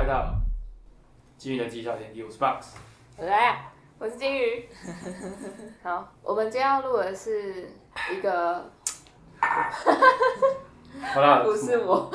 来到金鱼的绩效天地，我是 Box。 我是金鱼。好，我们今天要录的是一个， 好啦， 不是我。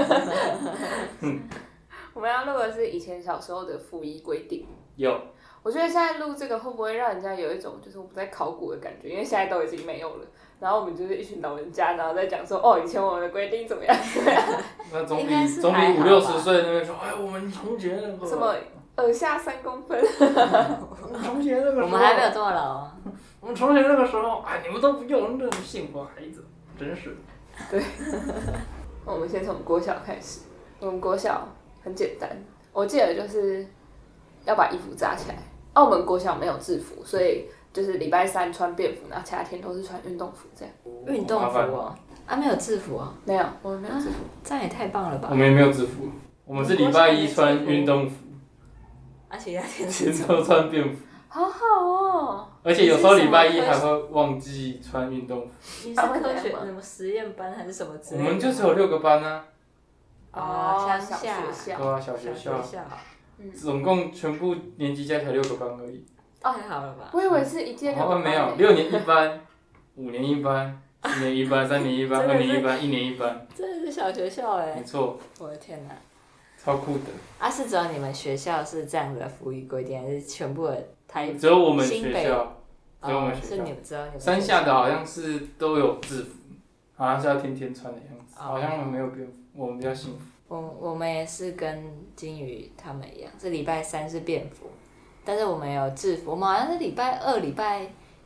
我们要录的是以前小时候的服役规定。 有。 我觉得现在录这个会不会让人家有一种就是我们在考古的感觉？因为现在都已经没有了。然后我们就是一群老人家，然后在讲说，哦，以前我们的规定怎么样？ 那总比50-60岁那边说，哎，我们重结那个什么耳下3公分。 重结那个时候， 我们还没有这么老啊。 我们重结那个时候，哎，你们都不用那种幸福孩子，真是。 对。我们先从国小开始。我们国小很简单，我记得就是要把衣服扎起来。我们国小没有制服，所以就是礼拜三穿便服，然后其他天都是穿运动服这样。 运动服哦，没有制服哦。 没有，我们没有制服。 这样也太棒了吧！ 我们也没有制服，我们是礼拜一穿运动服， 其他天都穿便服。 好好哦。 而且有时候礼拜一还会忘记穿运动服。 你是科学什么实验班还是什么之类的？ 我们就只有6个班啊。 乡下。 对啊，小学校。总共全部年级加起来6个班而已。 太好了吧？ 我以为是一届6个班。 没有，6年1班，5年1班，4年1班，3年1班，2年1班，1年1班。 真的是小学校哎。 没错。 我的天哪！ 超酷的。 是只有你们学校是这样的服役规定，还是全部的台？ 只有我们学校。只有我们学校。 是你们只有你们。 山下的好像是都有制服，好像是要天天穿的样子。好像我们没有便服，我们比较幸福。 我们也是跟金鱼他们一样，是礼拜3是便服，但是我们有制服。我们好像是礼拜2、礼拜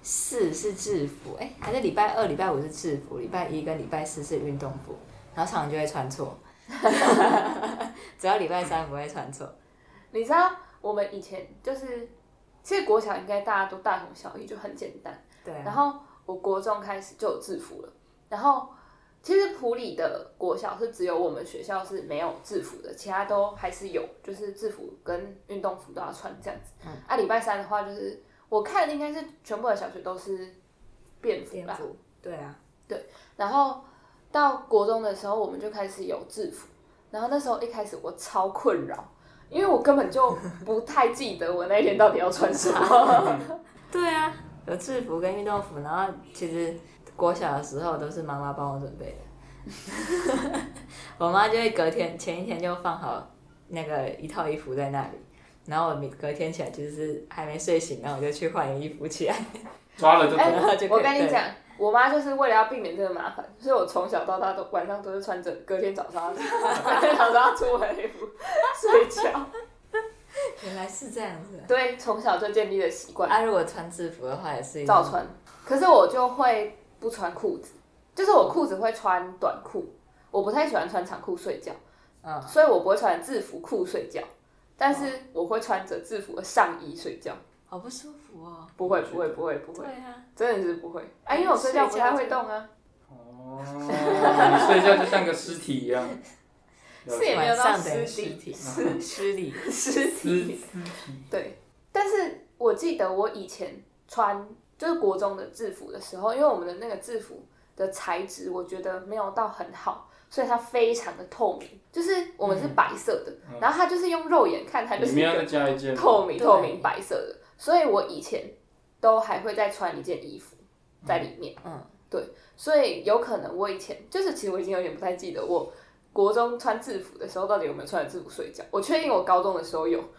4是制服，还是礼拜2、礼拜5是制服，礼拜1跟礼拜4是运动服，然后常常就会穿错。只要礼拜3不会穿错。 你知道我们以前就是，其实国小应该大家都大同小异，就很简单。 对。 然后我国中开始就有制服了，然后。其实埔里的国小是只有我们学校是没有制服的，其他都还是有，就是制服跟运动服都要穿这样子。礼拜3的话就是我看应该是全部的小学都是便服啦。 对啊。 对，然后到国中的时候我们就开始有制服，然后那时候一开始我超困扰，因为我根本就不太记得我那天到底要穿什么。 对啊，有制服跟运动服，然后其实。国小的时候都是妈妈帮我准备的，我妈就会前一天就放好那个一套衣服在那里，然后我隔天起来就是还没睡醒，然后我就去换衣服起来， 抓了就走。 我跟你讲，我妈就是为了要避免这个麻烦，所以我从小到大都晚上都是穿着隔天早上要出门的衣服睡觉。 原来是这样子。 对，从小就建立了习惯。 如果穿制服的话也是照穿，可是我就会。不穿裤子，就是我裤子会穿短裤，我不太喜欢穿长裤睡觉，所以我不会穿制服裤睡觉，但是我会穿着制服的上衣睡觉， 好不舒服哦。 不会， 对啊， 真的是不会，因为我睡觉不太会动啊。 你睡觉就像个尸体一样。 是也没有到尸体， 尸体。对，但是我记得我以前穿。就是国中的制服的时候，因为我们的那个制服的材质，我觉得没有到很好，所以它非常的透明。就是我们是白色的，然后它就是用肉眼看，它就是一个透明白色的。所以我以前都还会再穿一件衣服在里面。对，所以有可能我以前就是其实我已经有点不太记得我国中穿制服的时候到底有没有穿制服睡觉。我确定我高中的时候有。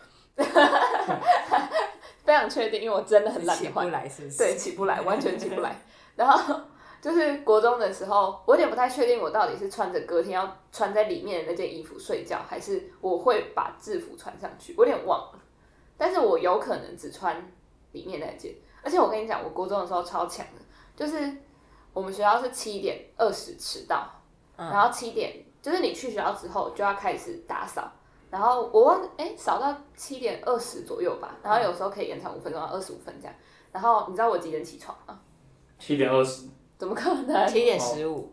非常确定，因为我真的很懒得换。 起不来是不是？ 对，起不来，完全起不来。然后就是国中的时候，我有点不太确定我到底是穿着隔天要穿在里面的那件衣服睡觉，还是我会把制服穿上去，我有点忘了。但是我有可能只穿里面那件。而且我跟你讲，我国中的时候超强的，就是我们学校是7:20迟到，然后7点就是你去学校之后就要开始打扫。然后我忘扫到7:20左右吧，然后有时候可以延长5分钟到25分这样。然后你知道我几点起床吗 ？7:20。 怎么可能 ？7:15。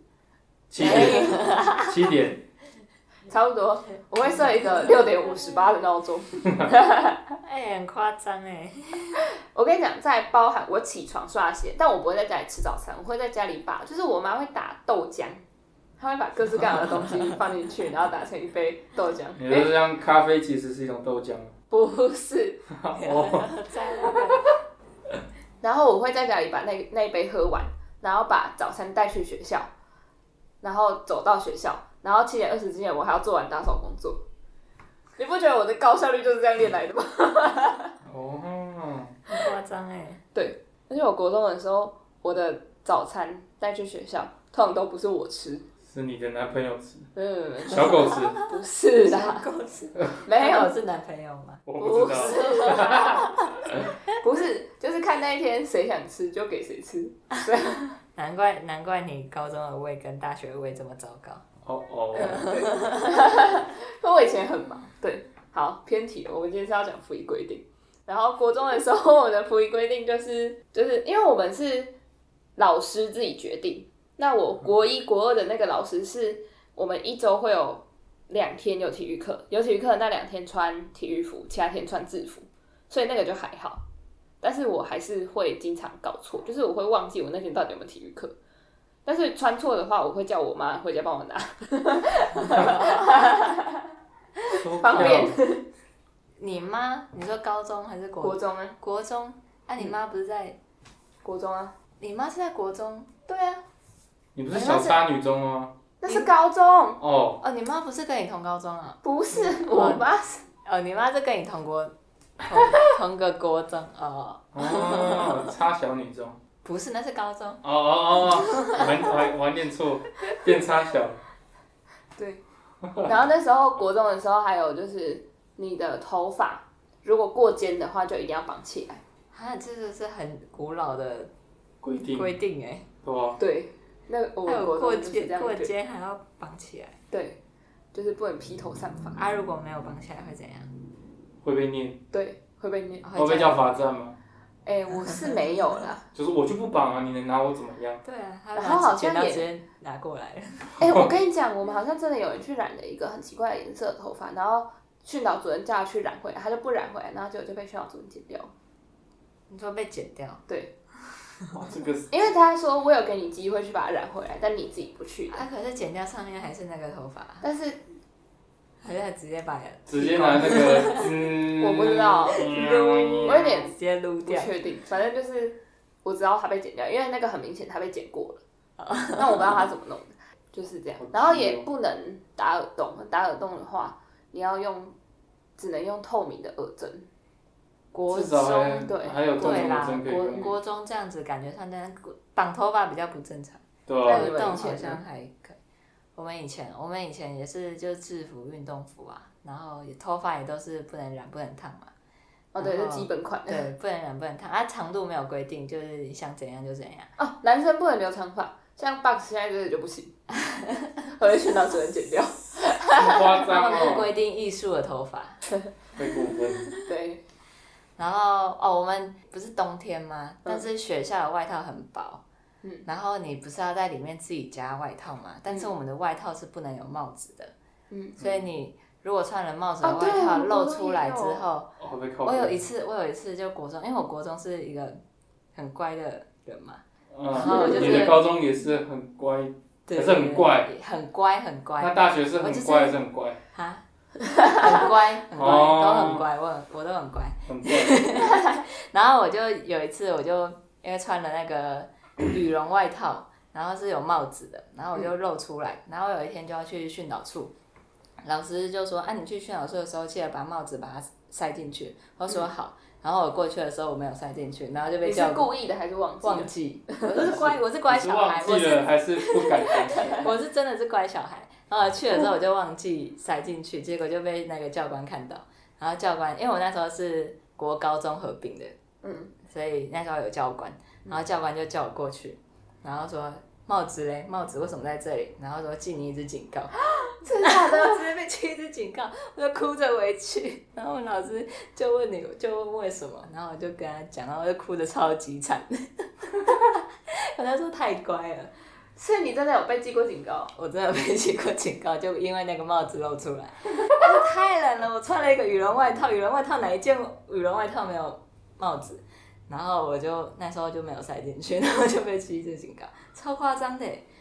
7点。 差不多，我会设一个6:58的闹钟。 很夸张哎。 我跟你讲，在包含我起床刷鞋，但我不会在家里吃早餐，我会在家里把，就是我妈会打豆浆， 他会把各式各样的东西放进去，然后打成一杯豆浆。 你说像咖啡其实是一种豆浆吗？ 不是。然后我会在家里把那一杯喝完，然后把早餐带去学校，然后走到学校，然后7点20之前我还要做完打扫工作。你不觉得我的高效率就是这样练来的吗？ 很夸张哎。 对，而且我国中的时候，我的早餐带去学校，通常都不是我吃， 是你的男朋友吃， 没有， 小狗吃， 不是小啦， 狗吃， 没有， 是男朋友吗？ 我不知道。 不是，就是看那一天谁想吃就给谁吃。对， 难怪你高中的胃跟大学的胃这么糟糕。 因为我以前很忙。对，好偏题了，我们今天是要讲服役规定。然后国中的时候，我的服役规定就是因为我们是老师自己决定。那我国1、国2的那个老师是我们1周会有2天有体育课，有体育课那2天穿体育服，其他天穿制服，所以那个就还好。但是我还是会经常搞错，就是我会忘记我那天到底有没有体育课。但是穿错的话，我会叫我妈回家帮我拿，方便。 你妈？你说高中还是国中啊？ 国中。你妈不是在国中啊？ 你妈是在国中？ 对啊。 你不是小差女中吗？ 那是高中。 你妈不是跟你同高中啊？ 不是，我妈是。 你妈是跟你同个国中差小女中。 不是，那是高中。 我还念错，变差小。 对。然后那时候国中的时候，还有就是你的头发如果过肩的话，就一定要绑起来。 这个是很古老的规定哎。 对，那我国中就是这样。 过肩还要绑起来。 对，就是不能披头散发。 如果没有绑起来会怎样？ 会被念。 对，会被念。 会被叫罚站吗？ 我是没有啦。 就是我就不绑啊，你能拿我怎么样？ 对啊， 然后好像直接拿过来了。 我跟你讲，我们好像真的有人去染了一个很奇怪的颜色的头发，然后训导主任叫他去染回来，他就不染回来，然后结果就被训导主任剪掉。 你说被剪掉？ 对。 这个是。 因为他说我有给你机会去把它染回来，但你自己不去的。 可是剪掉上面还是那个头发。 但是。 还是直接把直接拿那个我不知道，我有点直接撸掉， 不确定。反正就是我知道他被剪掉，因为那个很明显他被剪过了。那我不知道他怎么弄的，就是这样。然后也不能打耳洞，打耳洞的话，你要只能用透明的耳针。 国中对， 还有透明的针可以用。 国中这样子感觉上，但绑头发比较不正常。 对啊。 耳洞好像还可以。我们以前也是就制服运动服啊，然后头发也都是不能染不能烫嘛。 对，是基本款的。 对，不能染不能烫，长度没有规定，就是想怎样就怎样。 男生不能留长发，像 Box 现在这个就不行，我会训导主任剪掉。 夸张他们不规定艺术的头发。 会过分。 对。 然后我们不是冬天吗？但是学校的外套很薄。然后你不是要在里面自己加外套吗？但是我们的外套是不能有帽子的。所以你如果穿了帽子的外套露出来之后，我有一次就国中，因为我国中是一个很乖的人嘛。然后就是你的高中也是很乖，还是很怪？ 很乖。 那大学是很乖还是很乖？ 很乖，都很乖，我都很乖。 很乖。 然后我就有一次，我就因为穿了那个羽绒外套，然后是有帽子的，然后我就露出来，然后有一天就要去训导处，老师就说你去训导处的时候记得把帽子把它塞进去，我说好，然后我过去的时候我没有塞进去，然后就被叫。 你是故意的还是忘记？我是乖小孩。 忘记了还是不敢想？ 我是真的是乖小孩，然后去了之后我就忘记塞进去，结果就被那个教官看到，然后教官因为我那时候是国高中合并的，所以那时候有教官。然后教官就叫我过去，然后说帽子嘞，帽子为什么在这里？然后说记你一支警告。 真的假的？ 直接被记一支警告，我就哭着回去。然后我老师就问为什么，然后我就跟他讲，然后我就哭得超级惨。我那时候太乖了。 所以你真的有被记过警告？ 我真的被记过警告，就因为那个帽子露出来。但是太冷了，我穿了一个羽绒外套，羽绒外套哪一件羽绒外套没有帽子？然后我就那时候就没有塞进去，然后就被记一次警告，超夸张的。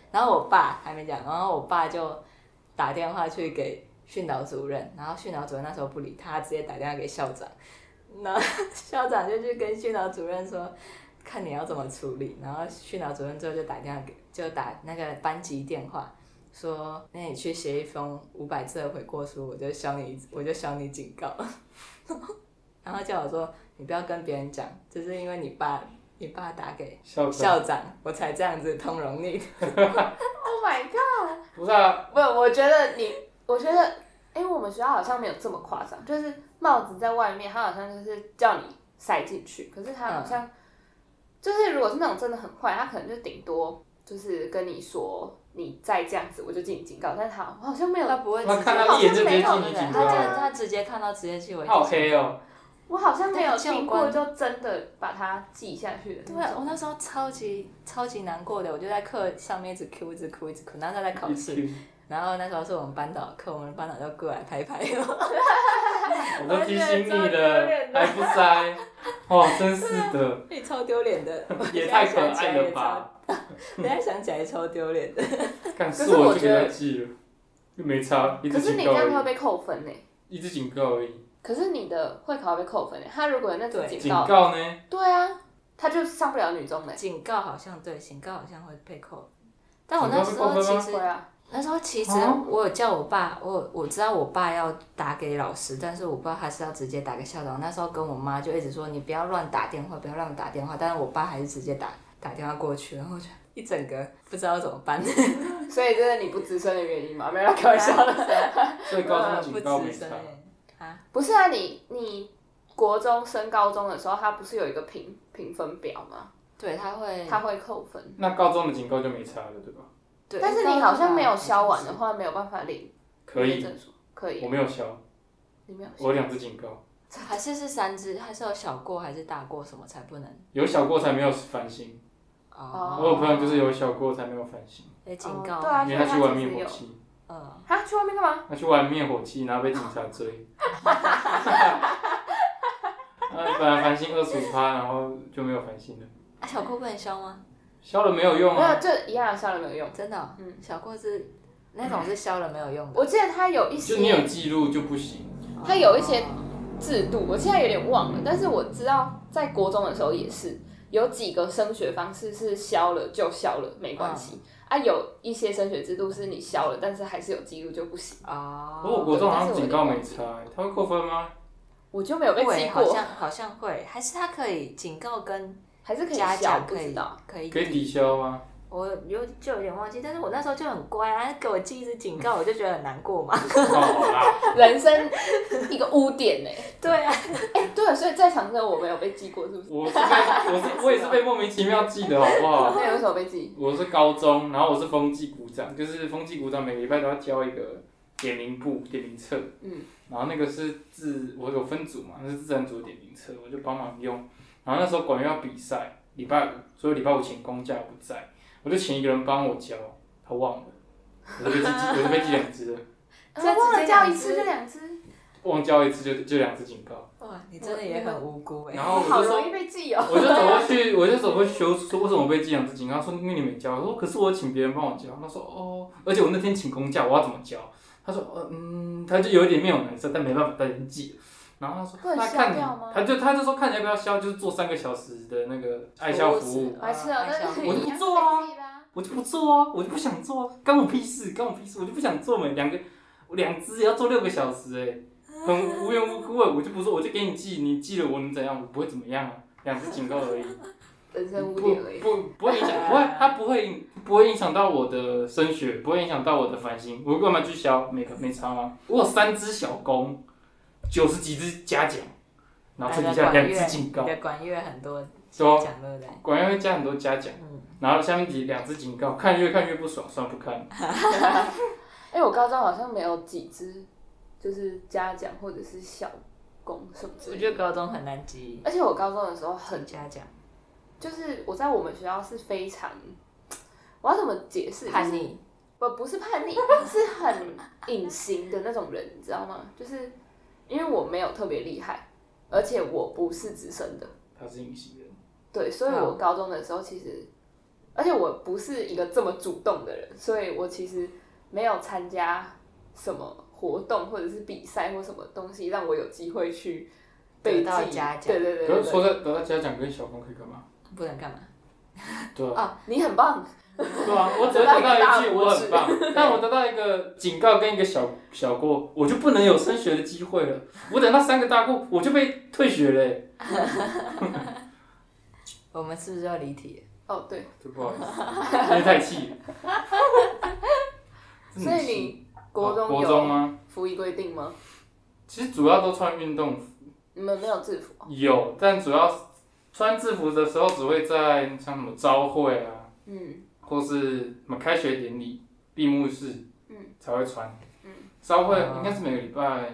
然后我爸还没讲，然后我爸就打电话去给训导主任，然后训导主任那时候不理他，直接打电话给校长，然后校长就去跟训导主任说，看你要怎么处理，然后训导主任之后就打电话打那个班级电话，说那你去写一封500字的悔过书，我就消你警告，然后叫我说你不要跟别人讲，只是因为你爸打给校长，我才这样子通融你。 Oh my god！ 不是啊， 不，我觉得，因为我们学校好像没有这么夸张，就是帽子在外面，他好像就是叫你塞进去，可是他好像、就是如果是那种真的很坏，他可能就顶多就是跟你说你再这样子我就记你警告，但是他好像没有， 他不会直接他看到一眼就直接记你警告， 他直接看到直接记为。 好黑哦。 我好像没有听过就真的把它记下去的那种。 对，我那时候超级难过的，我就在课上面一直哭，然后他在考试，然后那时候是我们班导的课，我们班导就过来拍我都提醒你了，还不塞，哦，真是的。 你超丢脸的， 也太可爱了吧！ 现在想起来超丢脸的。 干是我就给他记了，又没差，一可是你这直警告而已。 样会被扣分呢。 一直警告而已。 可是你的会考会被扣分诶，他如果有那种警告呢？ 对啊，他就上不了女中嘞。 警告好像会被扣，但我那时候其实我有叫我爸，我知道我爸要打给老师，但是我不知道他是要直接打给校长。那时候跟我妈就一直说你不要乱打电话，但是我爸还是直接打电话过去，然后就一整个不知道怎么办。 所以这是你不吱声的原因吗？没有开玩笑的。 所以高中警告没差。 不是啊，你国中升高中的时候，他不是有一个评分表吗？ 对，他会扣分。 那高中的警告就没差了，对吧？ 对。但是你好像没有消完的话，没有办法领可以证书。可以。 我没有消。 你没有消。 我2次警告。 还是3支，还是有小过还是大过什么才不能？ 有小过才没有反省。 哦。 我有朋友就是有小过才没有反省。 警告。 对啊， 因为他去玩灭火器。 他去外面干嘛？ 他去玩灭火器，然后被警察追。本来繁星25%，然后就没有繁星了。 小过不能消吗？ 消了没有用啊。 没有，就一样消了没有用。 真的、哦？小过是那种是消了没有用的。 我记得他有一些。 就你有记录就不行。 他有一些制度，我现在有点忘了，但是我知道在国中的时候也是有几个升学方式是消了就消了没关系。有一些升学制度是你消了，但是还是有记录就不行。 不过我国中好像警告没差，他会扣分吗？ 我就没有被记过。 好像会，还是他可以警告跟还是可以嘉奖可以抵消吗？ 我就有点忘记，但是我那时候就很乖啊，给我记一支警告，我就觉得很难过嘛。 好啦， 人生一个污点呢。 对啊， 对，所以在场的我没有被记过，是不是？ 我也是被莫名其妙记的，好不好？ 那你为什么被记？ 我是高中，然后我是风纪股长，就是风纪股长每个礼拜都要交一个点名册。然后那个是我有分组嘛，那是自然组的点名册，我就帮忙用。然后那时候管院要比赛，礼拜5，所以礼拜5请公假不在。我就请一个人帮我交，他忘了，我就被记2支了。 忘了交1次就2支？ 忘交1次就2次警告。 哇，你真的也很无辜哎。 然后好容易被记哦。 我就走过去说为什么被记2次警告？他说因为你没交。我说可是我请别人帮我交。他说哦，而且我那天请公假，我要怎么交？他说他就有一点面有难色，但没办法，但人记了。然后他说那看你，他就说看你要不要消，就是做3个小时的那个爱消服务。 白痴啊！ 我就不做啊，我就不想做啊，关我屁事，我就不想做嘛。2支也要做6个小时很无缘无故我就不做，我就给你记，你记了我能怎样？我不会怎么样啊，2次警告而已。 人生污点而已。 不会影响，它不会影响到我的升学，不会影响到我的繁星。我干嘛去消？没差吗？我有3支小功，90几支嘉奖，然后剩下2支警告。 你的管乐很多嘉奖，对不对？ 管乐会加很多嘉奖，然后下面2支警告，越看越不爽，算了不看。 我高中好像没有几支，就是嘉奖或者是小功什么之类的。 我觉得高中很难记忆。 而且我高中的时候很嘉奖。 就是我在我们学校是非常，我要怎么解释？ 叛逆， 不是叛逆，是很隐形的那种人，你知道吗？就是因为我没有特别厉害，而且我不是直升的。 他是隐形人。 对，所以我高中的时候其实， 而且我不是一个这么主动的人，所以我其实没有参加什么活动或者是比赛或什么东西让我有机会去被得到嘉奖。 对。 可是说得到嘉奖跟小功可以干嘛？ 不能干嘛？ 对啊。 你很棒。 对啊，我只会得到一句我很棒，但我得到一个警告跟一个小过，我就不能有升学的机会了。我等到3个大过，我就被退学了耶。 我们是不是要离题？ 哦，对。 这不好意思，因为太气了。 所以你国中有服役规定吗？ 其实主要都穿运动服。 你们没有制服？ 有，但主要穿制服的时候只会在像什么朝会啊。或是什么开学典礼、闭幕式，才会穿。朝会应该是每个礼拜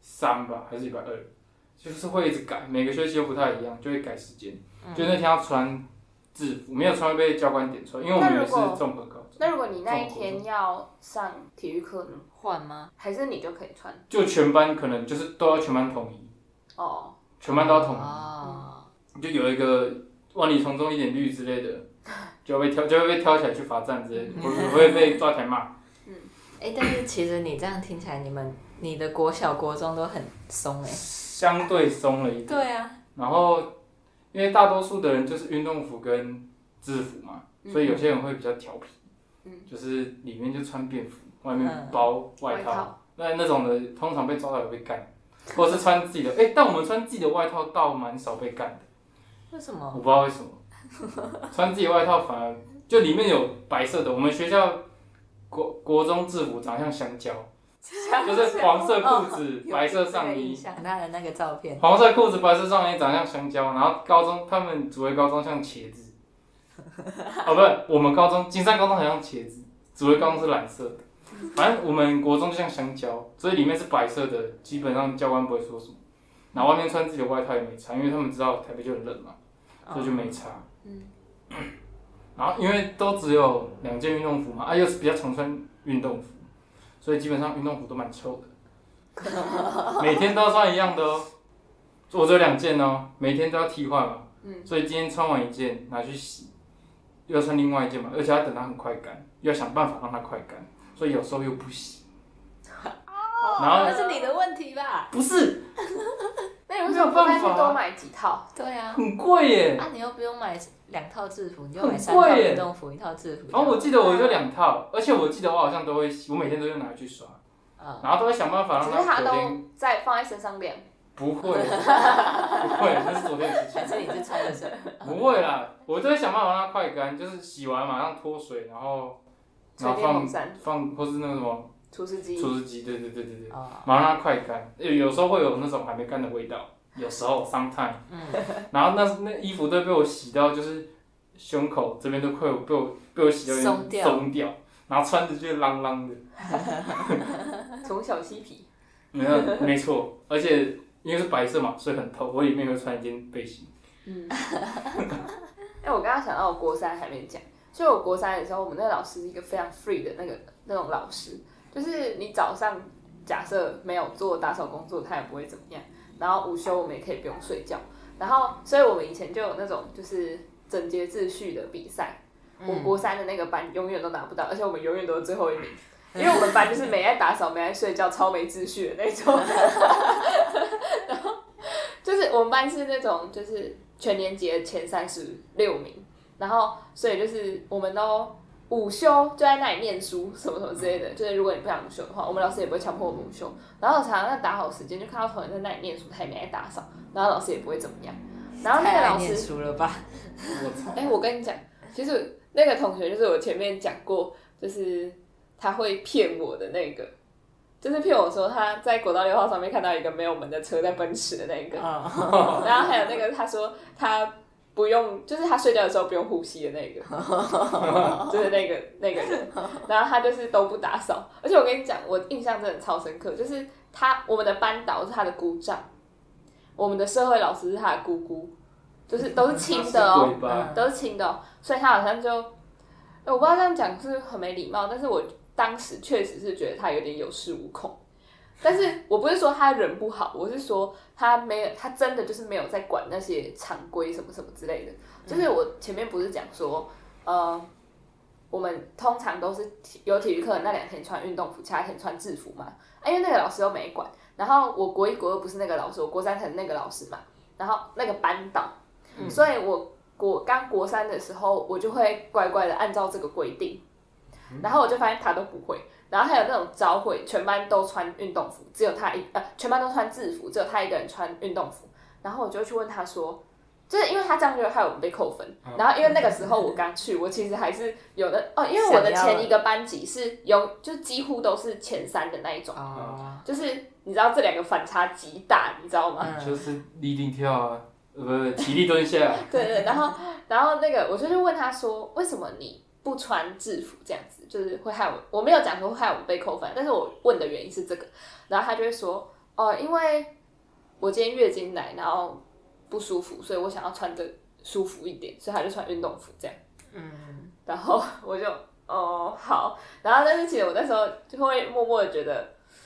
3吧，还是礼拜2，就是会一直改，每个学期都不太一样，就会改时间。就那天要穿制服，没有穿会被教官点出来，因为我们也是综合高中。 那如果你那一天要上体育课呢？ 换吗？ 还是你就可以穿？ 就全班可能就是都要全班统一。 哦。 全班都要统一。就有一个万里丛中一点绿之类的。就会被挑起来去罚站之类的，我会被抓起来骂。 但是其实你这样听起来，你的国小、国中都很松相对松了一点。 对啊。 然后，因为大多数的人就是运动服跟制服嘛，所以有些人会比较调皮，就是里面就穿便服，外面包外套。那种的通常被抓到有被干，或者是穿自己的。但我们穿自己的外套倒蛮少被干的。 为什么？ 我不知道为什么。穿自己外套反而就里面有白色的，我们学校国中制服长像香蕉，就是黄色裤子、白色上衣。 想他的那个照片。 黄色裤子、白色上衣长像香蕉，然后高中他们紫薇高中像茄子。不是，我们高中金山高中很像茄子，紫薇高中是蓝色的。反正我们国中就像香蕉，所以里面是白色的，基本上教官不会说什么。然后外面穿自己的外套也没差，因为他们知道台北就很冷嘛，所以就没差。然后因为都只有2件运动服嘛，又是比较常穿运动服，所以基本上运动服都蛮臭的，每天都要穿一样的哦。我只有2件哦，每天都要替换嘛，所以今天穿完1件拿去洗，又要穿另外1件嘛，而且要等它很快干，又要想办法让它快干，所以有时候又不洗。然后那是你的问题吧？ 不是。 那你为什么不再去多买几套？ 对啊。 很贵耶。 你又不用买2套制服，你就买3套运动服，1套制服。 然后我记得我就2套，而且我记得我好像都会洗，我每天都会拿去刷，然后都会想办法让它隔天再放在身上晾。 不会，那是昨天的事情。 还是你是穿的时候？ 不会啦，我都会想办法让它快干，就是洗完马上脱水，然后放或是那个什么除湿机， 对，马上让它快干。有时候会有那种还没干的味道，有时候 sometime。然后那衣服都被我洗到，就是胸口这边都快被我洗到有点松掉，然后穿着就啷啷的。 从小嬉皮。 没错，而且因为是白色嘛，所以很透。我里面会穿一件背心。 我刚刚想到我国3还没讲，所以我国3的时候，我们那个老师是一个非常 free 的那种老师，就是你早上假设没有做打扫工作，他也不会怎么样。然后午休我们也可以不用睡觉。然后，所以我们以前就有那种就是整洁秩序的比赛。我国3的那个班永远都拿不到，而且我们永远都是最后1名。因为我们班就是没爱打扫、没爱睡觉、超没秩序的那种。然后就是我们班是那种就是全年级的前36名，然后所以就是我们都午休就在那里念书什么什么之类的。就是如果你不想午休的话，我们老师也不会强迫我们午休。然后常常在打好时间，就看到同学在那里念书，他也没爱打扫，然后老师也不会怎么样。然后那个老师， 太爱念书了吧？ 我跟你讲，其实那个同学就是我前面讲过，就是他会骗我的那个，就是骗我说他在国道6号上面看到一个没有门的车在奔驰的那个，然后还有那个他说他不用，就是他睡觉的时候不用呼吸的那个，就是那个人，然后他就是都不打扫，而且我跟你讲，我印象真的超深刻，就是我们的班导是他的姑丈，我们的社会老师是他的姑姑，就是都是亲的哦，都是亲的哦，所以他好像就，我不知道这样讲是很没礼貌，但是我当时确实是觉得他有点有恃无恐，但是我不是说他人不好，我是说他真的就是没有在管那些常规什么什么之类的。就是我前面不是讲说， 我们通常都是有体育课的那2天穿运动服，其他天穿制服嘛。因为那个老师又没管，然后我国1、国2不是那个老师，我国3才是那个老师嘛。然后那个班导，所以我刚国3的时候，我就会乖乖的按照这个规定。然后我就发现他都不会，然后还有那种朝会，全班都穿运动服，只有他全班都穿制服，只有他一个人穿运动服。然后我就去问他说，就是因为他这样就害我们被扣分。然后因为那个时候我刚去，我其实还是有的因为我的前一个班级是就几乎都是前3的那一种，就是你知道这2个反差极大，你知道吗？ 就是立定跳啊，起立蹲下。 对，然后那个我就去问他说，为什么你不穿制服这样子，就是会害我没有讲说会害我们被扣分，但是我问的原因是这个，然后他就会说，因为我今天月经来，然后不舒服，所以我想要穿的舒服一点，所以他就穿运动服这样。然后我就好，然后但是其实我那时候就会默默的觉得，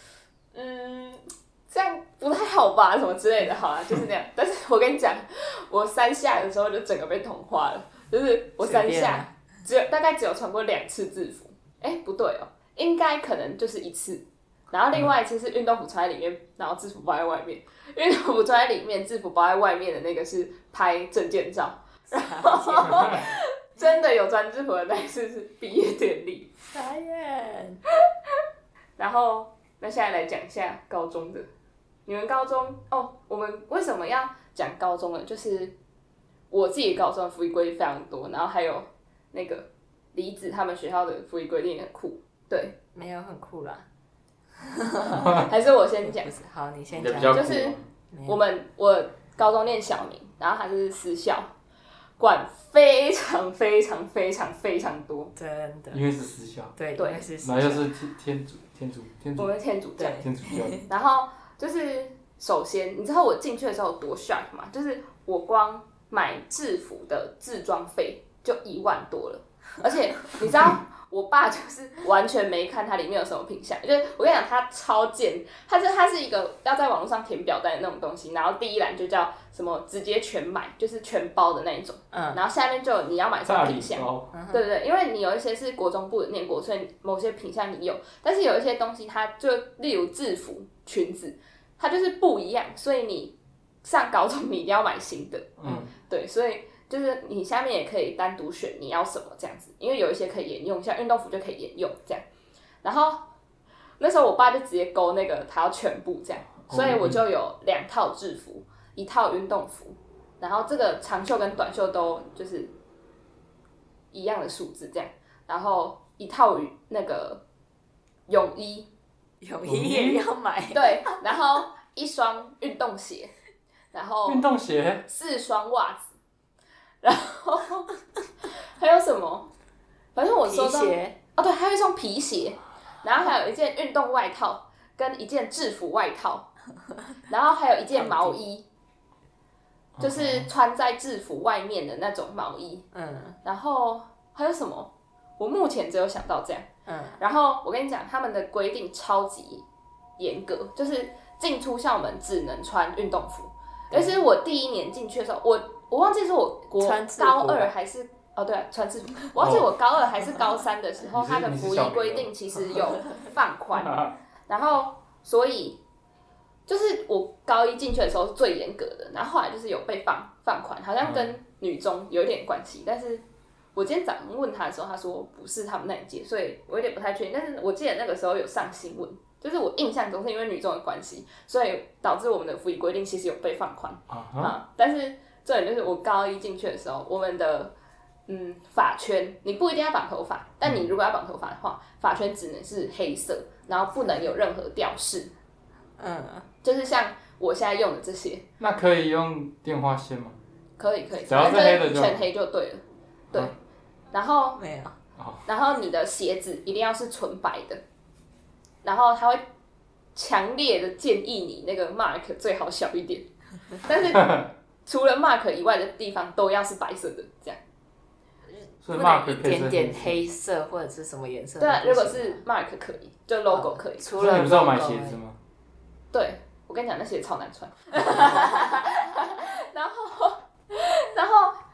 这样不太好吧，什么之类的，好啦，就是那样。但是我跟你讲，我3下的时候就整个被同化了，就是我3下。大概只有穿过2次制服，不对应该可能就是1次，然后另外一次是运动服穿在里面，然后制服包在外面。运动服穿在里面，制服包在外面的那个是拍证件照，然后真的有穿制服的那一次是毕业典礼。 傻眼。 然后那现在来讲一下高中的，你们高中我们为什么要讲高中呢？就是我自己高中的服役规定非常多，然后还有那个李子他们学校的服役规定也很酷，对， 没有很酷啦。 还是我先讲？ 好，你先讲。 就是我高中念小明，然后它是私校，管非常非常非常非常多， 真的。 因为是私校。 对，因为是私校。 然后又是天主。 我们天主教。 天主教。 然后就是首先，你知道我进去的时候有多 shock 吗？就是我光买制服的制装费就1万多了，而且你知道我爸就是完全没看它里面有什么品项，就是我跟你讲他超贱，它是一个要在网络上填表单的那种东西，然后第一栏就叫什么直接全买，就是全包的那一种，然后下面就有你要买什么品项，对，因为你有一些是国中部的念过，所以某些品项你有，但是有一些东西它就例如制服、裙子，它就是不一样，所以你上高中你一定要买新的，对，所以就是你下面也可以单独选你要什么这样子，因为有一些可以沿用，像运动服就可以沿用这样。然后那时候我爸就直接勾那个他要全部这样，所以我就有2套制服，1套运动服，然后这个长袖跟短袖都就是一样的数字这样，然后1套那个泳衣也要买， 对，然后1双运动鞋，然后运动鞋 4双袜子。然后还有什么？反正我收到对，还有1双皮鞋，然后还有1件运动外套跟1件制服外套，然后还有1件毛衣，就是穿在制服外面的那种毛衣。然后还有什么？我目前只有想到这样。然后我跟你讲，他们的规定超级严格，就是进出校门只能穿运动服。尤其是我第1年进去的时候，我忘记是我高2还是对，穿制服。我忘记我高2还是高3的时候，他的服役规定其实有放宽，然后所以就是我高1进去的时候是最严格的，然后后来就是有被放宽，好像跟女中有点关系，但是我今天早上问他的时候，他说不是他们那一届，所以我有点不太确定。但是我记得那个时候有上新闻，就是我印象中是因为女中的关系，所以导致我们的服役规定其实有被放宽但是重点就是我高1进去的时候，我们的发圈你不一定要绑头发，但你如果要绑头发的话，发圈只能是黑色，然后不能有任何吊饰。就是像我现在用的这些。 那可以用电话线吗？ 可以， 只要是黑的就全黑就对了。对，然后没有，然后你的鞋子一定要是纯白的，然后他会强烈的建议你那个 mark 最好小一点，但是除了 mark 以外的地方都要是白色的，这样。 所以 mark 一点点黑色或者是什么颜色？ 对啊，如果是 mark 可以，就 logo 可以。 除了你不是要买鞋子吗？ 对，我跟你讲，那鞋超难穿。然后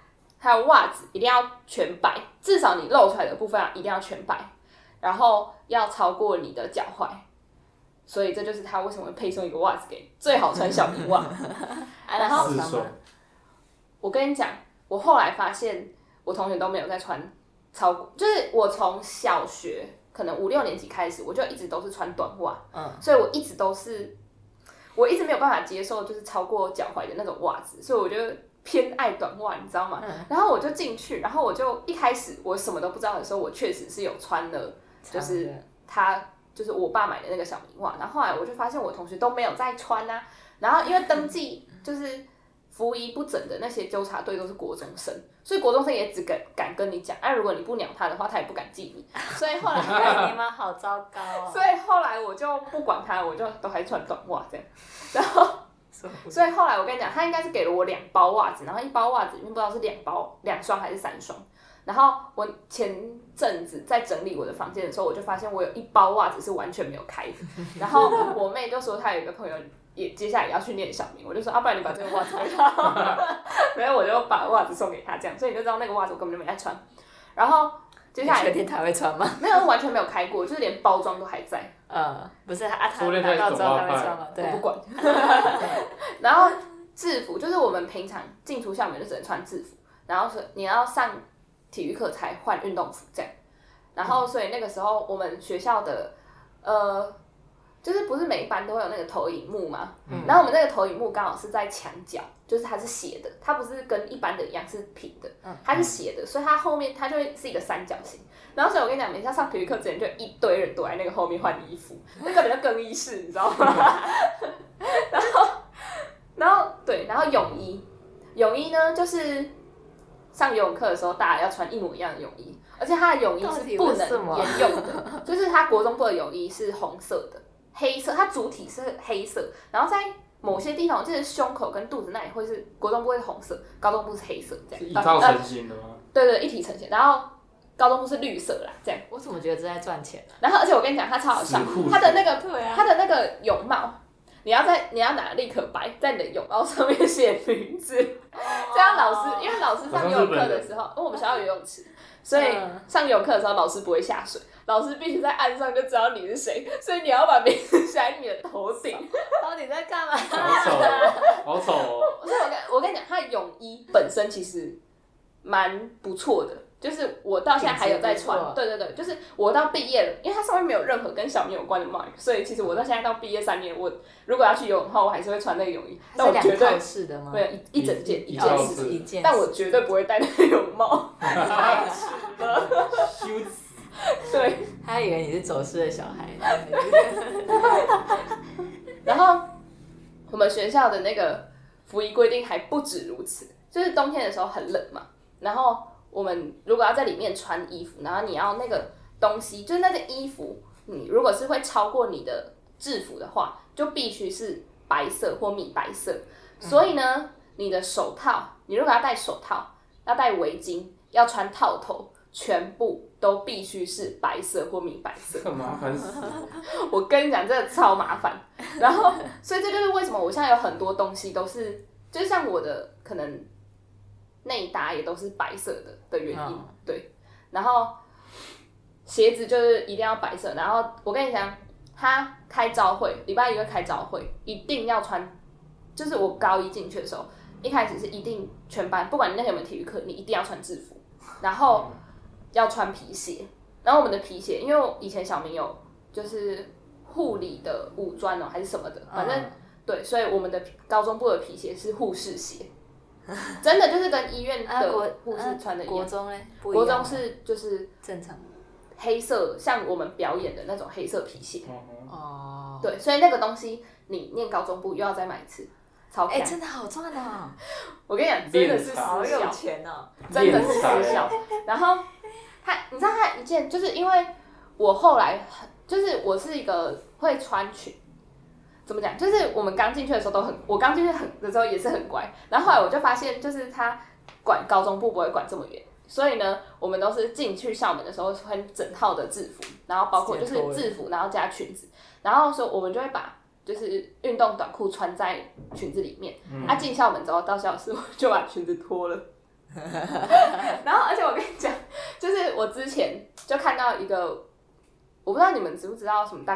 还有袜子一定要全白，至少你露出来的部分一定要全白，然后要超过你的脚踝。所以这就是他为什么会配送一个袜子给最好穿小明袜。然后我跟你讲，我后来发现我同学都没有在穿超过，就是我从小学可能5、6年级开始，我就一直都是穿短袜，所以我一直没有办法接受就是超过脚踝的那种袜子，所以我就偏爱短袜，你知道吗？然后我就进去，然后我就一开始我什么都不知道的时候，我确实是有穿了，就是就是我爸买的那个小明袜，然后后来我就发现我同学都没有在穿啊，然后因为登记就是服仪不整的那些纠察队都是国中生，所以国中生也只敢跟你讲，如果你不鸟他的话，他也不敢记你，所以后来你们好糟糕哦。 所以后来我就不管他，我就都还穿短袜这样，然后所以后来我跟你讲，他应该是给了我2包袜子，然后1包袜子里面不知道是2双还是3双。然后我前阵子在整理我的房间的时候，我就发现我有1包袜子是完全没有开的。然后我妹就说她有一个朋友也接下来也要去念小明，我就说不然你把这个袜子给她，没有我就把袜子送给她这样，所以你就知道那个袜子我根本就没在穿。然后接下来你确定她会穿吗？ 没有，完全没有开过，就是连包装都还在。 不是她拿到之后她会穿吗？对， 我不管。然后制服就是我们平常进出校门就只能穿制服，然后你要上体育课才换运动服这样，然后所以那个时候我们学校的就是不是每一班都会有那个投影幕嘛，然后我们那个投影幕刚好是在墙角，就是它是斜的，它不是跟一般的一样是平的，它是斜的，所以它后面它就会是一个三角形。然后所以我跟你讲，每次上体育课之前就一堆人躲在那个后面换衣服，那根本就更衣室，你知道吗？然后对，然后泳衣呢就是上游泳课的时候，大家要穿一模一样的泳衣，而且它的泳衣是不能沿用的，就是它国中部的泳衣是红色的、黑色，它主体是黑色，然后在某些地方，就是胸口跟肚子那里会是国中部是红色，高中部是黑色，这样。 是一套成型的吗？ 对，一体成型，然后高中部是绿色啦，这样。 我怎么觉得这在赚钱啊？ 然后而且我跟你讲，它超好笑，它的那个泳帽。你要拿立可白在你的泳帽上面写名字，这样老师，因为老师上游泳课的时候，因为我们学校有游泳池，所以上游泳课的时候老师不会下水，老师必须在岸上就知道你是谁，所以你要把名字写在你的头顶。 到底在干嘛？ 好丑哦！ 所以我跟你讲，它的泳衣本身其实蛮不错的。就是我到现在还有在穿，对，就是我到毕业了，因为它上面没有任何跟小明有关的 mark， 所以其实我到现在到毕业3年，我如果要去游泳的话，我还是会穿那个泳衣。但我绝对 2套式的吗？ 对，一整件一件， 但我绝对不会戴那个泳帽，太耻了， 羞耻。 对， 他以为你是走失的小孩。 然后我们学校的那个服仪规定还不止如此，就是冬天的时候很冷嘛，然后我们如果要在里面穿衣服，然后你要那个东西，就是那件衣服，你如果是会超过你的制服的话，就必须是白色或米白色。所以呢，你的手套，你如果要戴手套，要戴围巾，要穿套头，全部都必须是白色或米白色。 很麻烦死了。 我跟你讲，真的超麻烦。然后，所以这就是为什么我现在有很多东西都是，就像我的可能内搭也都是白色的原因，对。然后鞋子就是一定要白色。然后我跟你讲，他开朝会，礼拜1会开朝会，一定要穿。就是我高1进去的时候，一开始是一定全班，不管你那天有没有体育课，你一定要穿制服，然后要穿皮鞋。然后我们的皮鞋，因为以前小明有就是护理的五专还是什么的，反正对，所以我们的高中部的皮鞋是护士鞋。真的就是跟医院的护士穿的一样。 国中嘞？ 国中是就是正常黑色，像我们表演的那种黑色皮鞋。 哦。 对，所以那个东西你念高中部又要再买一次，超贵。 真的好赚哦！ 我跟你讲，真的是好私校， 有钱哦， 真的是私校。然后你知道他一件，就是因为我后来就是我是一个会穿裙。怎么讲？就是我们刚进去的时候我刚进去的时候也是很乖，然后后来我就发现，就是他管高中部不会管这么严，所以呢，我们都是进去校门的时候穿整套的制服，然后包括就是制服，然后加裙子，然后所以我们就会把就是运动短裤穿在裙子里面。进校门之后到教室我就把裙子脱了， 然后而且我跟你讲，就是我之前就看到一个，我不知道你们知不知道什么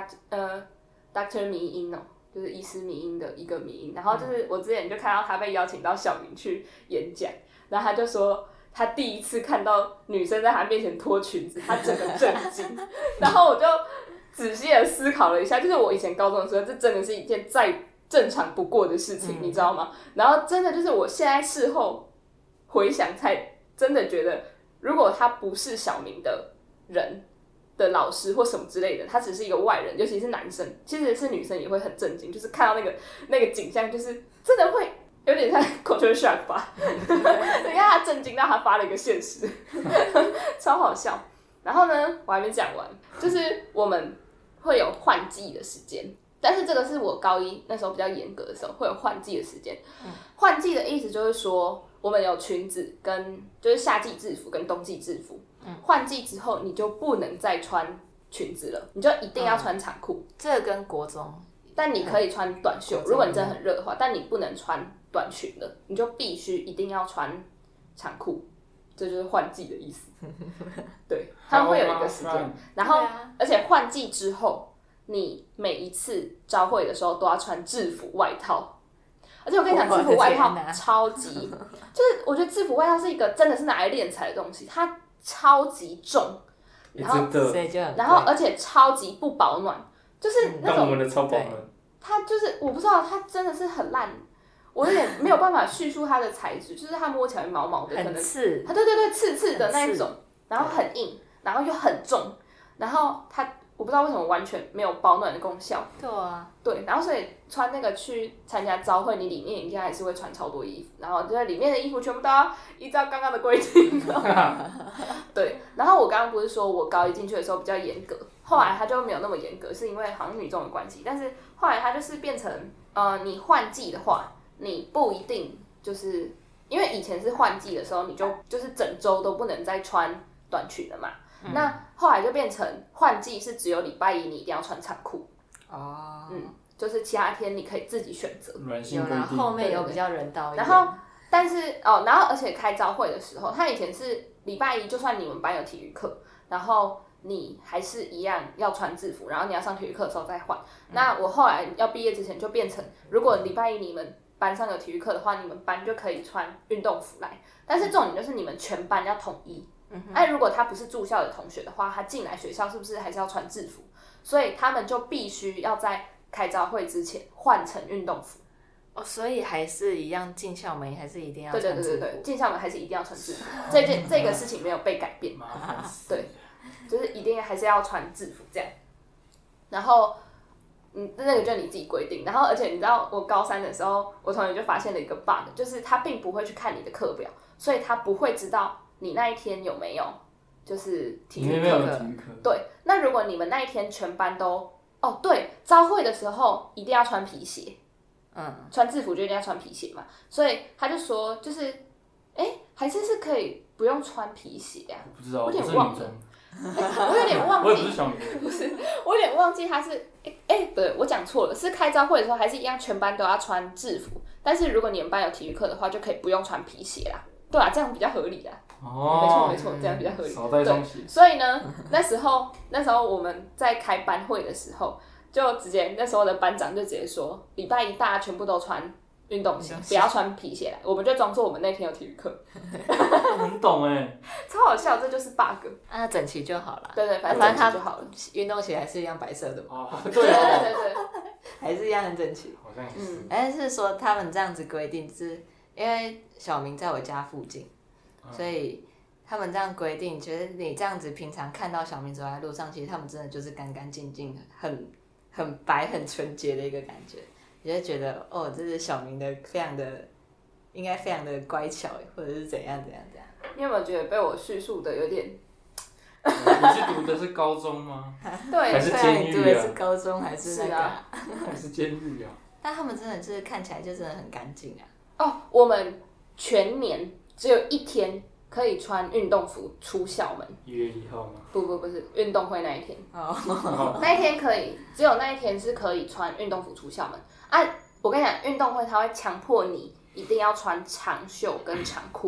Dr. 迷因哦，就是医师迷因的一个迷因。然后就是我之前就看到他被邀请到小明去演讲，然后他就说他第一次看到女生在他面前脱裙子，他整个震惊。然后我就仔细的思考了一下，就是我以前高中的时候，这真的是一件再正常不过的事情，你知道吗？然后真的就是我现在事后回想，才真的觉得，如果他不是小明的人的老师或什么之类的，他只是一个外人，尤其是男生，其实是女生也会很震惊，就是看到那个景象，就是真的会有点像 culture shock 吧，你看他震惊到他发了一个现实，超好笑。然后呢，我还没讲完，就是我们会有换季的时间。但是这个是我高一那时候比较严格的时候，会有换季的时间。换季的意思就是说，我们有裙子跟就是夏季制服跟冬季制服。换季之后，你就不能再穿裙子了，你就一定要穿长裤。 这个跟国中， 但你可以穿短袖，如果你真的很热的话，但你不能穿短裙了，你就必须一定要穿长裤。这就是换季的意思。对，他们会有一个时间，然后而且换季之后。你每一次朝会的时候都要穿制服外套，而且我跟你讲，制服外套超级，就是我觉得制服外套是一个真的是拿来练财的东西，它超级重，然后而且超级不保暖，就是那种我们的超保暖， 它就是我不知道，它真的是很烂，我有点没有办法叙述它的材质，就是它摸起来毛毛的，可能刺， 它对刺刺的那一种，然后很硬，然后又很重，然后它。我不知道为什么完全没有保暖的功效。 对啊， 对，然后所以穿那个去参加朝会，你里面应该还是会穿超多衣服，然后就在里面的衣服全部都要依照刚刚的规定。对，然后我刚刚不是说我高一进去的时候比较严格，后来他就没有那么严格，是因为好像女中的关系，但是后来他就是变成你换季的话，你不一定就是因为以前是换季的时候，你就是整周都不能再穿短裙了嘛。那后来就变成换季是只有礼拜一你一定要穿长裤哦，就是其他天你可以自己选择。 有啦，后面有比较人道一点。 然后，但是然后而且开朝会的时候，他以前是礼拜一，就算你们班有体育课，然后你还是一样要穿制服，然后你要上体育课的时候再换。那我后来要毕业之前就变成，如果礼拜一你们班上有体育课的话，你们班就可以穿运动服来，但是重点就是你们全班要统一。如果他不是住校的同学的话，他进来学校是不是还是要穿制服？所以他们就必须要在开朝会之前换成运动服。 哦，所以还是一样，进校门还是一定要穿制服。 对，进校门还是一定要穿制服。这个事情没有被改变。对，就是一定还是要穿制服这样。然后，那个就你自己规定。然后，而且你知道，我高三的时候，我同学就发现了一个 bug， 就是他并不会去看你的课表，所以他不会知道。你那一天有没有就是体育课？对，那如果你们那一天全班都对，朝会的时候一定要穿皮鞋，穿制服就一定要穿皮鞋嘛，所以他就说就是还是可以不用穿皮鞋啊？ 我不知道， 我有点忘了，我有点忘记， 我也不是小明， 不是，我有点忘记他是对我讲错了，是开朝会的时候还是一样全班都要穿制服，但是如果你们班有体育课的话，就可以不用穿皮鞋啦。对啊，这样比较合理啦。没错，这样比较合理。 少带东西。 所以呢，那时候我们在开班会的时候，就直接那时候的班长就直接说，礼拜一大家全部都穿运动鞋，不要穿皮鞋来。我们就装作我们那天有体育课。 很懂超好笑，这就是 bug。 那整齐就好了。 对，反正整齐就好了。 运动鞋还是一样白色的嘛。 对， 还是一样很整齐。 好像也是。 但是说他们这样子规定是。因为小明在我家附近，所以他们这样规定，觉得你这样子平常看到小明走在路上，其实他们真的就是干干净净、很白、很纯洁的一个感觉。你就觉得这是小明的应该非常的乖巧，或者是怎样。 你有没有觉得被我叙述的有点？ 你是读的是高中吗？ 对， 还是监狱啊？ 你读的是高中还是那个？ 还是监狱啊？ 但他们真的就是看起来就真的很干净啊。 我们全年只有一天可以穿运动服出校门。 1月1号吗？ 不是运动会那一天。那一天可以，只有那一天是可以穿运动服出校门啊！我跟你讲，运动会它会强迫你一定要穿长袖跟长裤。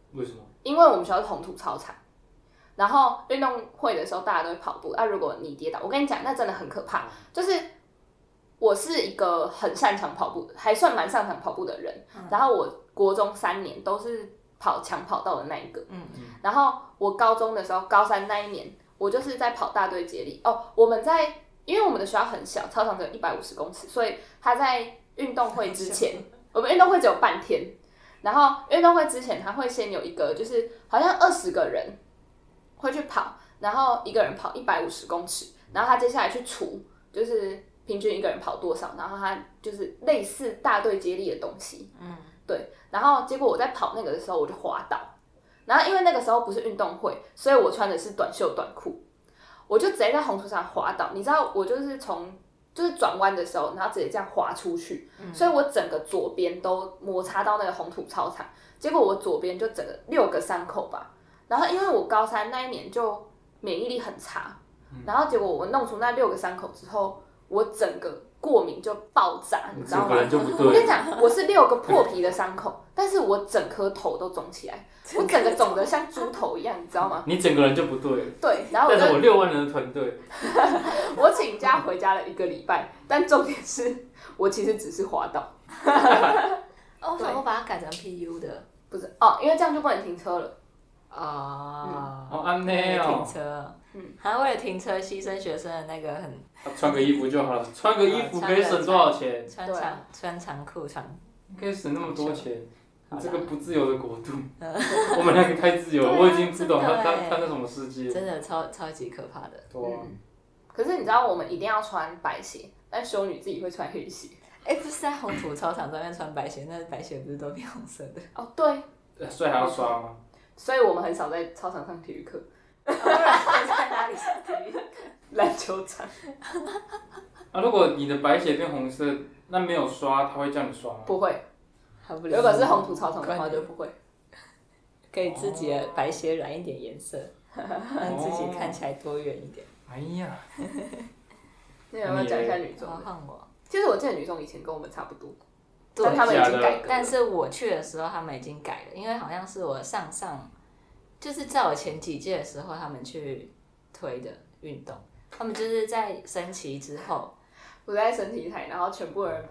为什么？ 因为我们学校是红土操场，然后运动会的时候大家都会跑步啊。如果你跌倒，我跟你讲，那真的很可怕。就是我是一个很擅长跑步，还算蛮擅长跑步的人。然后我国中3年都是跑抢跑道的那一个。然后我高中的时候，高3那一年，我就是在跑大队接力。因为我们的学校很小，操场只有150公尺，所以他在运动会之前，我们运动会只有半天。然后运动会之前，他会先有一个，就是好像20个人会去跑，然后一个人跑150公尺，然后他接下来去除，就是平均一个人跑多少，然后他就是类似大队接力的东西。对。然后结果我在跑那个的时候，我就滑倒。然后因为那个时候不是运动会，所以我穿的是短袖短裤，我就直接在红土上滑倒。你知道我就是就是转弯的时候，然后直接这样滑出去，所以我整个左边都摩擦到那个红土操场，结果我左边就整个6个伤口吧。然后因为我高3那一年就免疫力很差，然后结果我弄出那6个伤口之后，我整个过敏就爆炸，你知道吗？我跟你讲，我是6个破皮的伤口，但是我整颗头都肿起来，我整个肿得像猪头一样，你知道吗？ 你整个人就不对了。 对，然后但是我6万人的团队， 我请假回家了1个礼拜，但重点是我其实只是滑倒。 我把它改成 PU 的， 不是哦，因为这样就不能停车了。 安内哦， 停车，还为了停车牺牲学生的那个很， 穿个衣服就好了，穿个衣服可以省多少钱？ 穿长裤穿， 可以省那么多钱。这个不自由的国度，我们2个太自由了，我已经不懂他那什么世界。 真的超级可怕的。 可是你知道我们一定要穿白鞋，但修女自己会穿黑鞋。 不是在红土操场上面穿白鞋，那白鞋不是都变红色的？ 哦，对。 所以还要刷吗？ 所以我们很少在操场上体育课。 不然在哪里上体育？ 篮球场。 如果你的白鞋变红色，那没有刷，他会叫你刷吗？ 不会。如果是红土操场的话就不会。 可以自己的白鞋染一点颜色，让自己看起来多元一点。 哎呀。 那有没有讲一下女中？其实我记得女中以前跟我们差不多，但他们已经改革了。 但是我去的时候他们已经改了，因为好像是我就是在我前几届的时候他们去推的运动，他们就是在升旗之后。 我在升旗台，然后全部人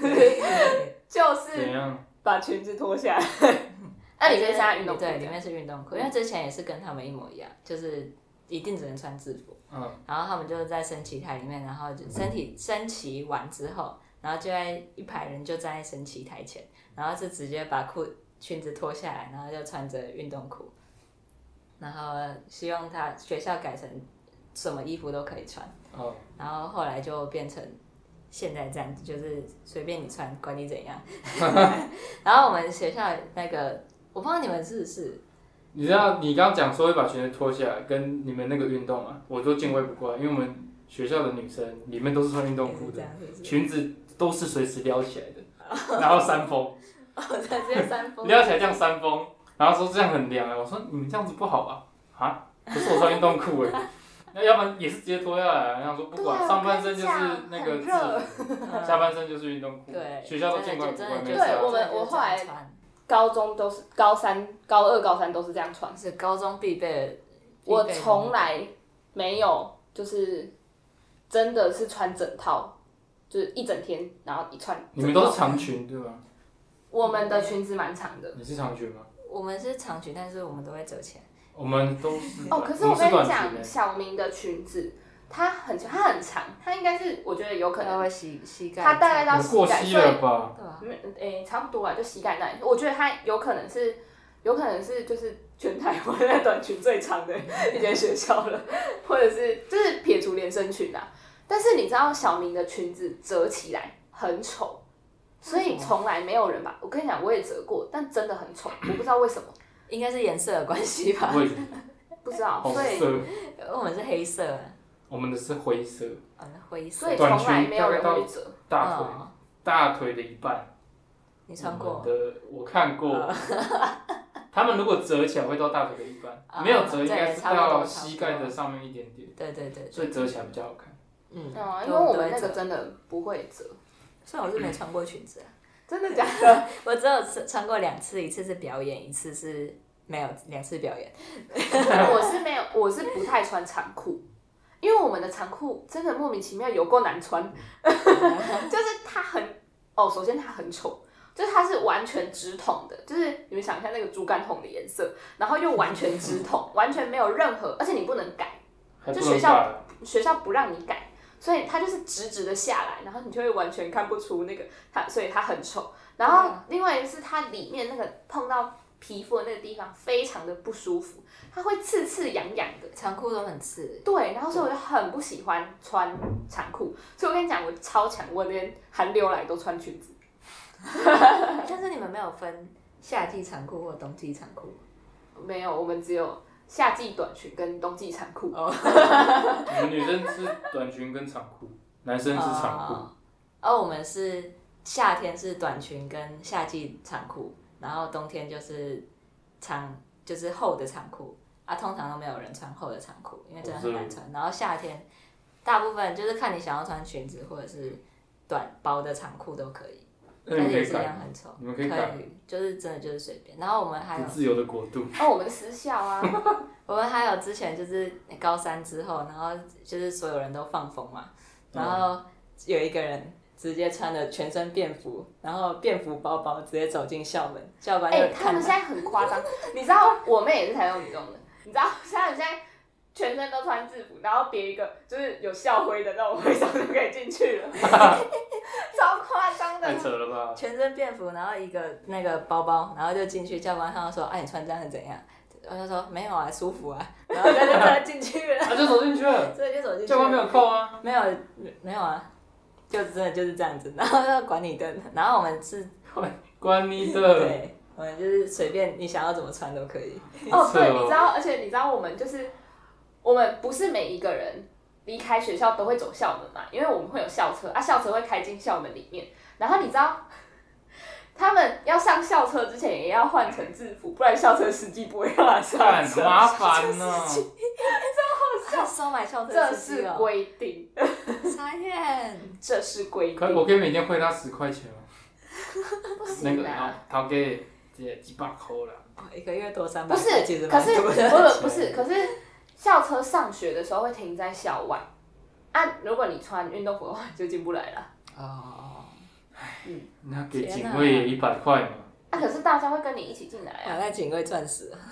就是把裙子脱下来。那里面是运动裤？ 对，里面是运动裤，因为之前也是跟他们一模一样，就是一定只能穿制服。然后他们就在升旗台里面，然后就升旗完之后，然后就在一排人就站在升旗台前，然后就直接把裙子脱下来，然后就穿着运动裤，然后希望学校改成什么衣服都可以穿。然后后来就变成现在这样子，就是随便你穿，管你怎样。然后我们学校那个，我不知道你们是不是。 你知道你刚刚讲说会把裙子脱下来，跟你们那个运动啊，我都见怪不怪，因为我们学校的女生里面都是穿运动裤的，裙子都是随时撩起来的，然后扇风。 直接扇风。 撩起来这样扇风，然后说这样很凉我说你们这样子不好吧？可是我穿运动裤那要不然也是直接脱下来，然后说不管，上半身就是那个制服，下半身就是运动裤。 对， 学校都见怪不怪。 对，我后来高中都是高2、高3都是这样穿， 是高中必备的。 我从来没有就是真的是穿整套，就是一整天，然后一穿。 你们都是长裙对吧？ 我们的裙子蛮长的。 你是长裙吗？ 我们是长裙，但是我们都会折起来。 我们都是。 可是我跟你讲，小明的裙子它很长，它应该是我觉得有可能会膝盖， 它大概到膝盖， 过膝了吧？ 差不多吧，就膝盖那里。我觉得它有可能是就是全台湾那短裙最长的一间学校了，或者是就是撇除连身裙啊。但是你知道小明的裙子折起来很丑，所以从来没有人把。我跟你讲，我也折过，但真的很丑，我不知道为什么。 应该是颜色的关系吧？ 不知道， 红色。 我们是黑色。 我们的是灰色。 灰色。 所以从来没有人会折。 大腿的一半。 你穿过？ 我看过。他们如果折起来会到大腿的一半，没有折应该是到膝盖的上面一点点。 对。 所以折起来比较好看。 因为我们那个真的不会折。 虽然我是没穿过裙子。 真的假的？ 我只有穿过2次，一次是表演，一次是没有2次表演。 我是不太穿长裤，因为我们的长裤真的莫名其妙有够难穿，就是它首先它很丑。就是它是完全直筒的，就是你们想一下那个猪肝红的颜色，然后又完全直筒，完全没有任何，而且你不能改，就学校不让你改，所以它就是直直的下来，然后你就会完全看不出那个它，所以它很丑。然后另外一个是它里面那个碰到皮肤的那个地方非常的不舒服，它会刺痒痒的， 长裤都很刺。 对，然后所以我就很不喜欢穿长裤，所以我跟你讲，我超强，我连寒流来都穿裙子。 但是你们没有分夏季长裤或冬季长裤？ 没有，我们只有夏季短裙跟冬季长裤。 我们女生是短裙跟长裤，男生是长裤。 我们是夏天是短裙跟夏季长裤，然后冬天就是就是厚的长裤啊，通常都没有人穿厚的长裤，因为真的很难穿。然后夏天大部分就是看你想要穿裙子或者是薄的长裤都可以。但是也是一样很丑， 你们可以改， 就是真的就是随便。然后我们还有自由的国度。 我们私校啊， 我们还有之前就是高3之后，然后就是所有人都放风嘛，然后有一个人直接穿了全身便服，然后便服包包直接走进校门，教官就看他们现在很夸张，你知道我妹也是台中女中的，你知道他们现在全身都穿制服，然后别一个就是有校徽的那种徽章就可以进去了，超夸张的。 太扯了吧！ 全身便服，然后一个那个包包，然后就进去，教官看到说：“你穿这样是怎样？”我就说：“没有啊，舒服啊。”然后就真的进去了。 他就走进去了。 对，就走进去了。 教官没有扣啊？ 没有啊，就真的就是这样子，然后要管你的，然后我们是管你的。 对，我们就是随便你想要怎么穿都可以。 对，你知道，而且你知道我们就是我们不是每一个人离开学校都会走校门嘛，因为我们会有校车啊，校车会开进校门里面。然后你知道，他们要上校车之前也要换成制服，不然校车司机不会让他上车。 很麻烦呢。 超好笑，收买校车这司机是规定。 傻眼， 这是规定。 我可以每天汇他10块钱吗？ 不行啊。 头给几百块啦。 1个月多300块， 不是， 其实可是校车上学的时候会停在校外，如果你穿运动服的话就进不来了。 那给警卫也100块嘛。 可是大家会跟你一起进来啊。 那警卫赚死了。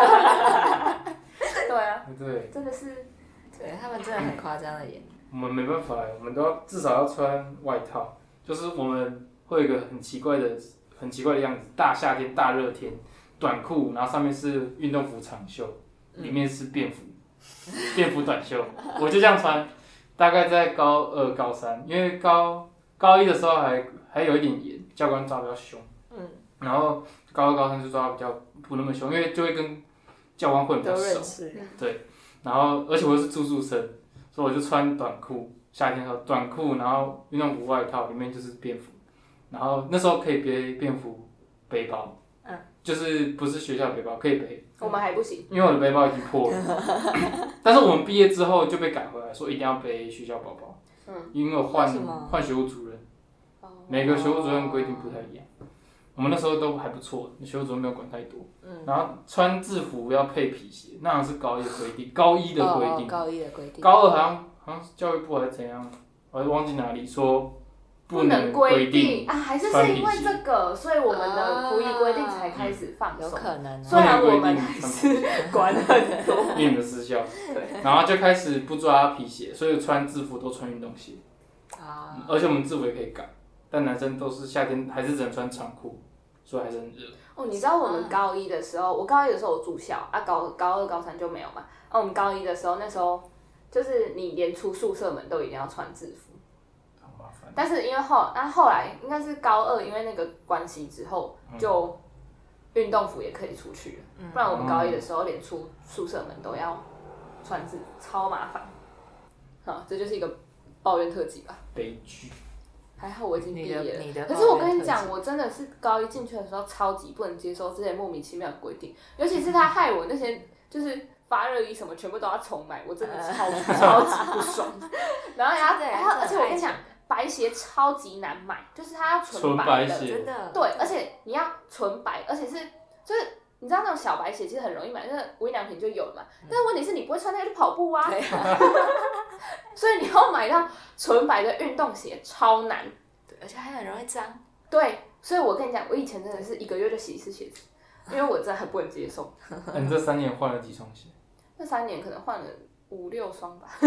对啊。 对。 真的是。 对他们真的很夸张的演。 我们没办法，我们都至少要穿外套，就是我们会有一个很奇怪的样子，大夏天大热天，短裤，然后上面是运动服长袖，里面是便服短袖，我就这样穿，大概在高2、高3，因为高1的时候还有一点严，教官抓比较凶，然后高2、高3就抓比较不那么凶，因为就会跟教官混比较熟，对，然后而且我又是住宿生，所以我就穿短裤，夏天的时候短裤，然后运动服外套，里面就是便服，然后那时候可以背便服背包，就是不是学校背包可以背， 我们还不行， 因为我的背包已经破了，但是我们毕业之后就被改回来，说一定要背学校包包，因为我换学务主任，每个学务主任规定不太一样。我们那时候都还不错，学务主任没有管太多。然后穿制服要配皮鞋，那好像是高1的规定，高1的规定。 高1的规定。 高2好像是教育部还是怎样，我还忘记哪里说不能规定啊，还是因为这个，所以我们的服役规定才开始放松。 有可能。 虽然我们还是管很多。 因为你们私校，对，然后就开始不抓皮鞋，所以穿制服都穿运动鞋。而且我们制服也可以改，但男生都是夏天还是只能穿长裤，所以还是很热。 你知道我们高1的时候，我高1的时候我住校啊，高2、高3就没有嘛。我们高1的时候，那时候就是你连出宿舍门都一定要穿制服。 好麻烦。 但是因为后来应该是高2，因为那个关系之后，就运动服也可以出去了。不然我们高1的时候连出宿舍门都要穿制服，超麻烦。这就是一个抱怨特辑吧。 悲剧。 还好我已经毕业了， 可是我跟你讲，我真的是高1进去的时候超级不能接受这些莫名其妙的规定，尤其是他害我那些就是发热衣什么全部都要重买，我真的超级不爽。然后而且我跟你讲，白鞋超级难买，就是它要纯白的， 真的。 对，而且你要纯白，而且是就是你知道那种小白鞋其实很容易买，那无印良品就有了嘛。但是问题是你不会穿那个去跑步啊，所以你要买到纯白的运动鞋超难， 对，而且还很容易脏。 对，所以我跟你讲，我以前真的是1个月就洗一次鞋子，因为我真的很不能接受。 你这3年换了几双鞋？ 那3年可能换了5、6双吧。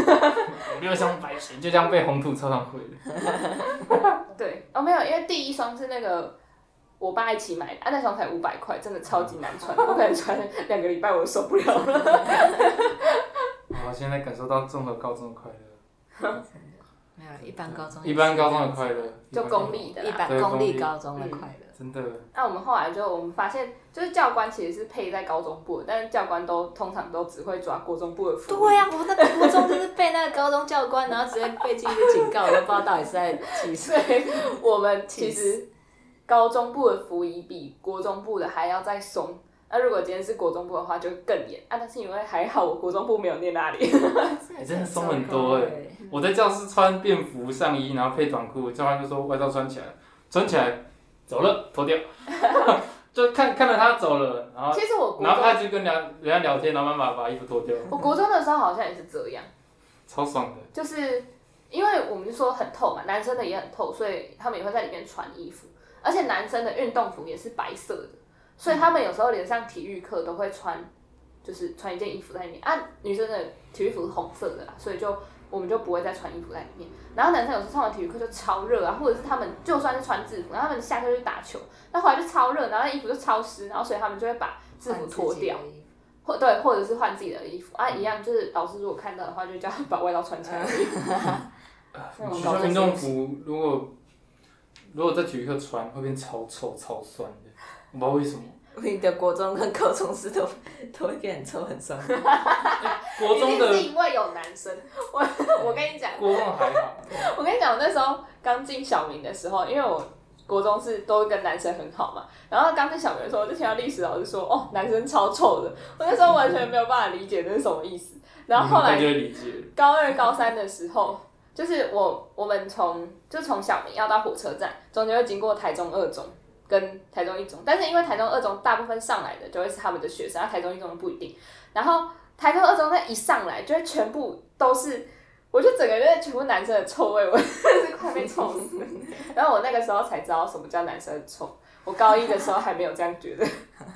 5、6双白鞋就这样被红土操上会了。 对，没有，因为第1双是那个我爸一起买的，那双才500块，真的超级难穿，我可能穿2个礼拜我就受不了了。 我现在感受到综合高中的快乐。 没有，一般高中的快乐， 就公立的， 一般公立高中的快乐， 真的。 那我们后来我们发现，就是教官其实是配在高中部的，但是教官通常都只会抓国中部的福利。 对呀，我那个国中就是被那个高中教官，然后直接被记一个警告，我都不知道到底是在气什么。 我们其实高中部的服仪比国中部的还要再松。那如果今天是国中部的话，就更严啊！但是因为还好我国中部没有念那里， 真的松很多我在教室穿便服上衣，然后配短裤，教官就说外套穿起来，走了，脱掉，就看着他走了，然后其实然后他就跟人家聊天，然后慢慢把衣服脱掉。 我国中的时候好像也是这样， 超爽的。 就是因为我们就说很透嘛，男生的也很透，所以他们也会在里面穿衣服，而且男生的运动服也是白色的。所以他们有时候连上体育课都会穿一件衣服在里面啊。女生的体育服是红色的啦，所以我们就不会再穿衣服在里面。然后男生有时候上完体育课就超热啊，或者是他们就算是穿制服，然后他们下课去打球，那回来就超热，然后衣服就超湿，然后所以他们就会把制服脱掉，或者是换自己的衣服啊，一样就是老师如果看到的话，就叫他把外套穿起来。 学校运动服如果在体育课穿，会变超臭超酸的。我不知道为什么。 你的国中跟高中是都会变很臭很酸。 国中的一定是因为有男生。我跟你讲， 国中还好。 我跟你讲，我那时候刚进小明的时候，因为我国中是都跟男生很好嘛，然后刚进小明的时候，我就听到历史老师说，哦，男生超臭的。我那时候完全没有办法理解那是什么意思。然后后来高2、高3的时候，就是我们从小明要到火车站，中间会经过台中2中。跟台中1中，但是因为台中2中大部分上来的就会是他们的学生，台中1中不一定。然后台中2中那一上来，就会全部都是，我就整个就是全部男生的臭味，我真的是快被臭死了。然后我那个时候才知道什么叫男生的臭，我高1的时候还没有这样觉得。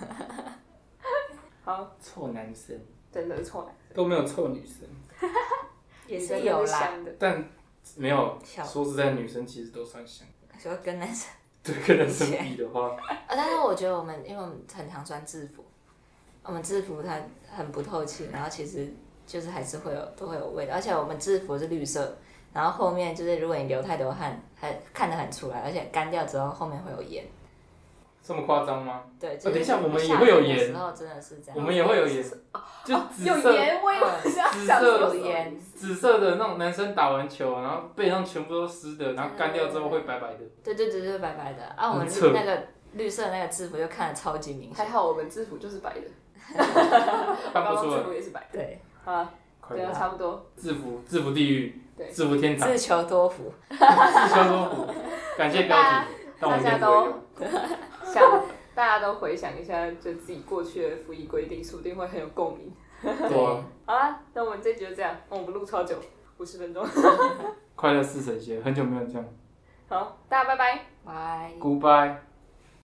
好， 臭男生， 真的是臭男生， 都没有臭女生， 也是有啦， 但没有。说实在，女生其实都算香。 说跟男生。 对，跟男生比的话， 但是我觉得因为我们很常穿制服，我们制服它很不透气，然后其实就是还是都会有味道，而且我们制服是绿色，然后后面就是如果你流太多汗，还看得很出来，而且干掉之后后面会有盐。 这么夸张吗？ 对， 等一下我们也会有盐。 时候真的是这样。 我们也会有盐，就紫色。 有盐，我也是要有盐。 紫色的那种男生打完球，然后背上全部都湿的，然后干掉之后会白白的。 对，会白白的。啊，我们那个绿色的那个制服就看得超级明显。 还好我们制服就是白的。 看不出来。 制服也是白的。 对。 啊，对啊，差不多。 制服地狱，制服天堂。 自求多福。 感谢标题，但我们今天不会用。 大家都回想一下，就自己过去的服役规定，说不定会很有共鸣。 对啊。 好啦，那我们这集就这样，我们录超久，50分钟。 快乐似神仙，很久没有这样。 好，大家拜拜。 拜。 Goodbye。